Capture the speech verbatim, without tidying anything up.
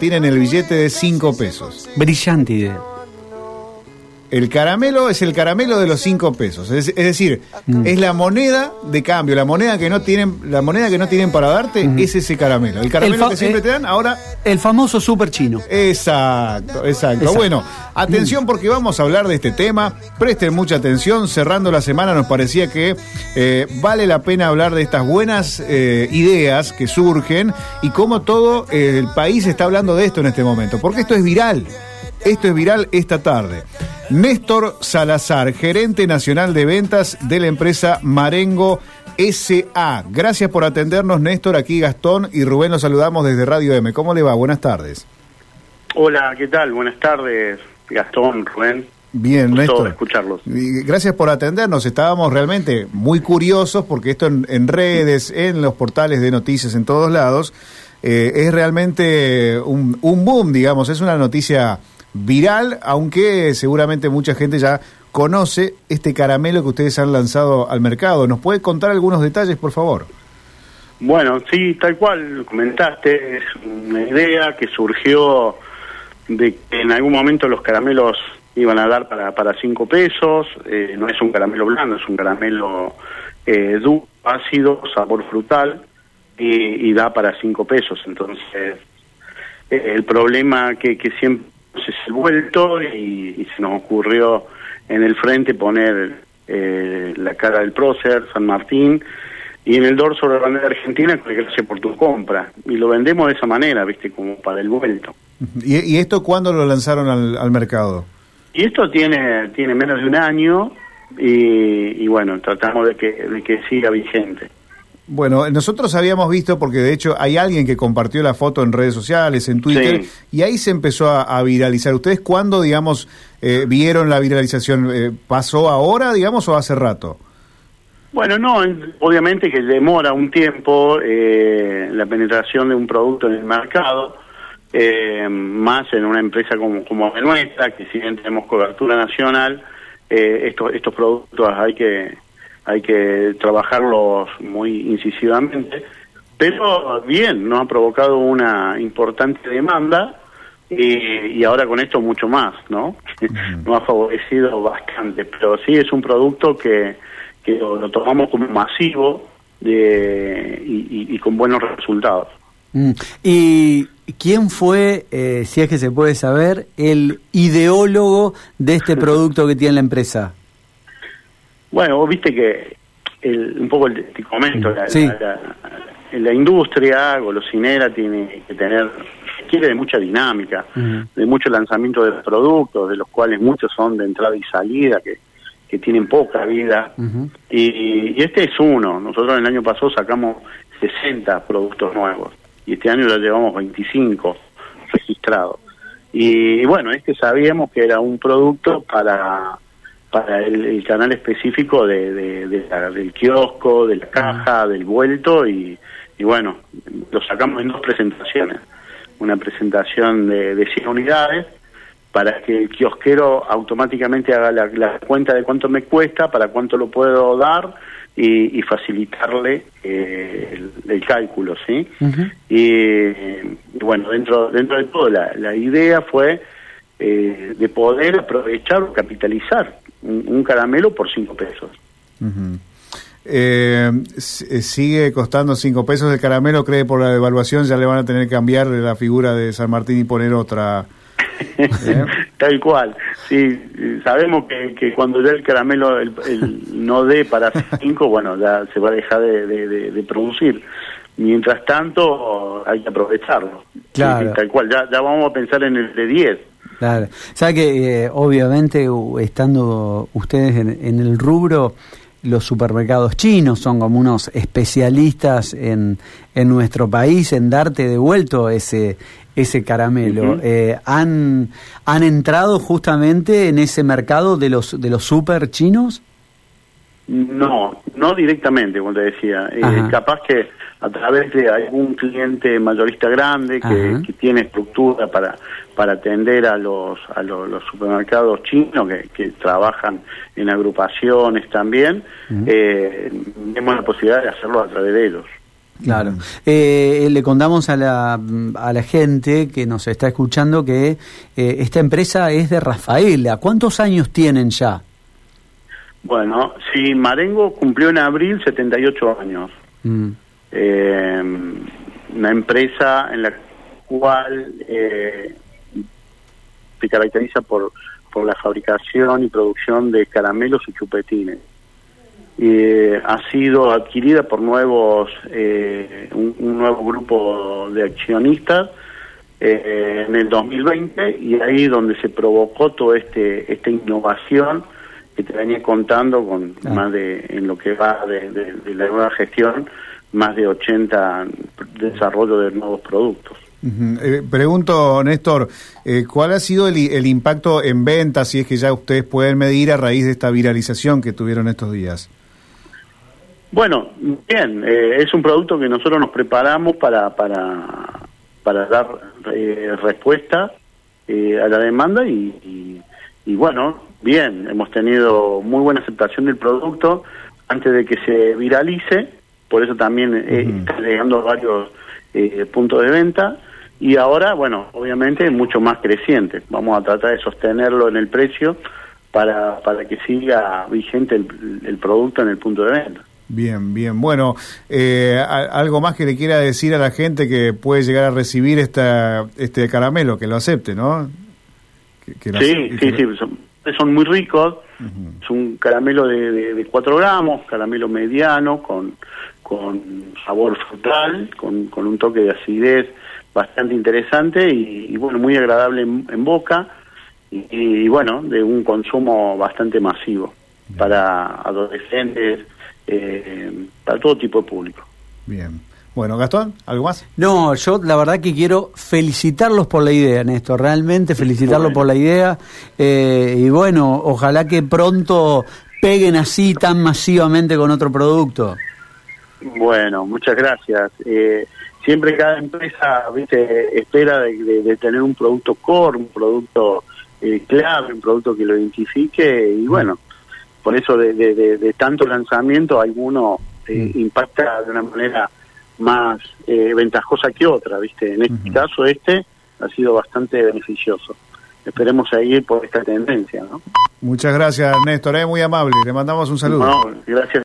Argentina en el billete de cinco pesos. Brillante idea. El caramelo es el caramelo de los cinco pesos, es, es decir, mm. es la moneda de cambio, la moneda que no tienen, la moneda que no tienen para darte mm. es ese caramelo. El caramelo el fa- que siempre eh, te dan, ahora el famoso super chino. Exacto, exacto. exacto. Bueno, atención porque vamos a hablar de este tema. Presten mucha atención. Cerrando la semana nos parecía que eh, vale la pena hablar de estas buenas eh, ideas que surgen y cómo todo eh, el país está hablando de esto en este momento, porque esto es viral. Esto es viral esta tarde. Néstor Salazar, gerente nacional de ventas de la empresa Marengo S A Gracias por atendernos, Néstor. Aquí Gastón y Rubén los saludamos desde Radio M. ¿Cómo le va? Buenas tardes. Hola, ¿qué tal? Buenas tardes, Gastón, Rubén. Bien, Gusto Néstor. escucharlos. Gracias por atendernos. Estábamos realmente muy curiosos porque esto en, en redes, en los portales de noticias, en todos lados, eh, es realmente un, un boom, digamos. Es una noticia viral, aunque seguramente mucha gente ya conoce este caramelo que ustedes han lanzado al mercado. ¿Nos puede contar algunos detalles, por favor? Bueno, sí, tal cual comentaste, es una idea que surgió de que en algún momento los caramelos iban a dar para para cinco pesos, eh, no es un caramelo blando, es un caramelo eh, dulce, ácido, sabor frutal, y, y da para cinco pesos. Entonces, eh, el problema que, que siempre es el vuelto, y, y se nos ocurrió en el frente poner eh, la cara del prócer, San Martín, y en el dorso la bandera argentina, con gracias por tu compra. Y lo vendemos de esa manera, viste, como para el vuelto. ¿Y, y esto cuándo lo lanzaron al, al mercado? Y esto tiene tiene menos de un año, y, y bueno, tratamos de que, de que siga vigente. Bueno, nosotros habíamos visto, porque de hecho hay alguien que compartió la foto en redes sociales, en Twitter, sí, y ahí se empezó a, a viralizar. ¿Ustedes cuándo, digamos, eh, vieron la viralización? Eh, ¿Pasó ahora, digamos, o hace rato? Bueno, no, obviamente que demora un tiempo eh, la penetración de un producto en el mercado, eh, más en una empresa como, como la nuestra, que si bien tenemos cobertura nacional, eh, estos, estos productos hay que... hay que trabajarlos muy incisivamente, pero bien, nos ha provocado una importante demanda y, y ahora con esto mucho más, ¿no? Uh-huh. Nos ha favorecido bastante, pero sí es un producto que, que lo, lo tomamos como masivo de, y, y, y con buenos resultados. Mm. ¿Y quién fue, eh, si es que se puede saber, el ideólogo de este producto que tiene la empresa? Bueno, vos viste que el, un poco el, te comento, la, sí. la, la, la industria golosinera tiene que tener, requiere de mucha dinámica, uh-huh. de mucho lanzamiento de productos, de los cuales muchos son de entrada y salida, que, que tienen poca vida, uh-huh. y, y este es uno. Nosotros el año pasado sacamos sesenta productos nuevos, y este año ya llevamos veinticinco registrados. Y, y bueno, este sabíamos que era un producto para... para el, el canal específico de, de, de la, del kiosco, de la caja, del vuelto, y, y bueno, lo sacamos en dos presentaciones. Una presentación de, de cien unidades, para que el kiosquero automáticamente haga la, la cuenta de cuánto me cuesta, para cuánto lo puedo dar, y, y facilitarle eh, el, el cálculo, ¿sí? Uh-huh. Y, y bueno, dentro, dentro de todo, la, la idea fue eh, de poder aprovechar o capitalizar Un, un caramelo por cinco pesos. Uh-huh. eh, ¿Sigue costando cinco pesos el caramelo? ¿Cree por la devaluación ya le van a tener que cambiar la figura de San Martín y poner otra? ¿Eh? Tal cual. Sí, sabemos que, que cuando ya el caramelo el, el no dé para cinco, bueno, ya se va a dejar de, de, de, de producir. Mientras tanto, hay que aprovecharlo. Claro. Sí, tal cual. Ya, ya vamos a pensar en el de diez. Claro. Sabe que eh, obviamente estando ustedes en, en el rubro, los supermercados chinos son como unos especialistas en, en nuestro país en darte devuelto ese ese caramelo. Uh-huh. Eh, ¿han, ¿Han entrado justamente en ese mercado de los de los super chinos? No, no directamente, como te decía. Eh, capaz que a través de algún cliente mayorista grande que, que tiene estructura para para atender a los a los, los supermercados chinos que, que trabajan en agrupaciones también, uh-huh. eh, tenemos la posibilidad de hacerlo a través de ellos. Claro. Eh, le contamos a la, a la gente que nos está escuchando que eh, esta empresa es de Rafaela. ¿Cuántos años tienen ya? Bueno, sí, Marengo cumplió en abril setenta y ocho años. Mm. Eh, una empresa en la cual eh, se caracteriza por, por la fabricación y producción de caramelos y chupetines. Eh, ha sido adquirida por nuevos eh, un, un nuevo grupo de accionistas eh, en el dos mil veinte, y ahí donde se provocó toda este esta innovación que te venía contando con ah. más de, en lo que va de, de, de la nueva gestión, más de ochenta desarrollo de nuevos productos. Uh-huh. Eh, pregunto, Néstor, eh, ¿cuál ha sido el, el impacto en ventas, si es que ya ustedes pueden medir a raíz de esta viralización que tuvieron estos días? Bueno, bien, eh, es un producto que nosotros nos preparamos para para para dar eh, respuesta eh, a la demanda y, y, y bueno, bien, hemos tenido muy buena aceptación del producto antes de que se viralice, por eso también eh, uh-huh. está llegando a varios eh, puntos de venta, y ahora, bueno, obviamente es mucho más creciente. Vamos a tratar de sostenerlo en el precio para para que siga vigente el, el producto en el punto de venta. Bien, bien. Bueno, eh, algo más que le quiera decir a la gente que puede llegar a recibir esta este caramelo, que lo acepte, ¿no? Que, que sí, acepte, sí, que... sí, son, son muy ricos. Uh-huh. Es un caramelo de, de, de cuatro gramos, caramelo mediano, con, con sabor frutal, con, con un toque de acidez bastante interesante y, y bueno, muy agradable en, en boca y, y bueno, de un consumo bastante masivo. Bien. Para adolescentes, Eh, para todo tipo de público. Bien. Bueno, Gastón, ¿algo más? No, yo la verdad que quiero felicitarlos por la idea, Néstor, realmente felicitarlos bueno. por la idea eh, y bueno, ojalá que pronto peguen así tan masivamente con otro producto. Bueno, muchas gracias. Eh, siempre cada empresa, viste, espera de, de, de tener un producto core, un producto eh, clave, un producto que lo identifique y bueno, por eso de, de, de, de tanto lanzamiento alguno eh, impacta de una manera más eh, ventajosa que otra, ¿viste? En este uh-huh. caso este ha sido bastante beneficioso. Esperemos seguir por esta tendencia, ¿no? Muchas gracias, Néstor, es muy amable. Le mandamos un saludo. No, gracias.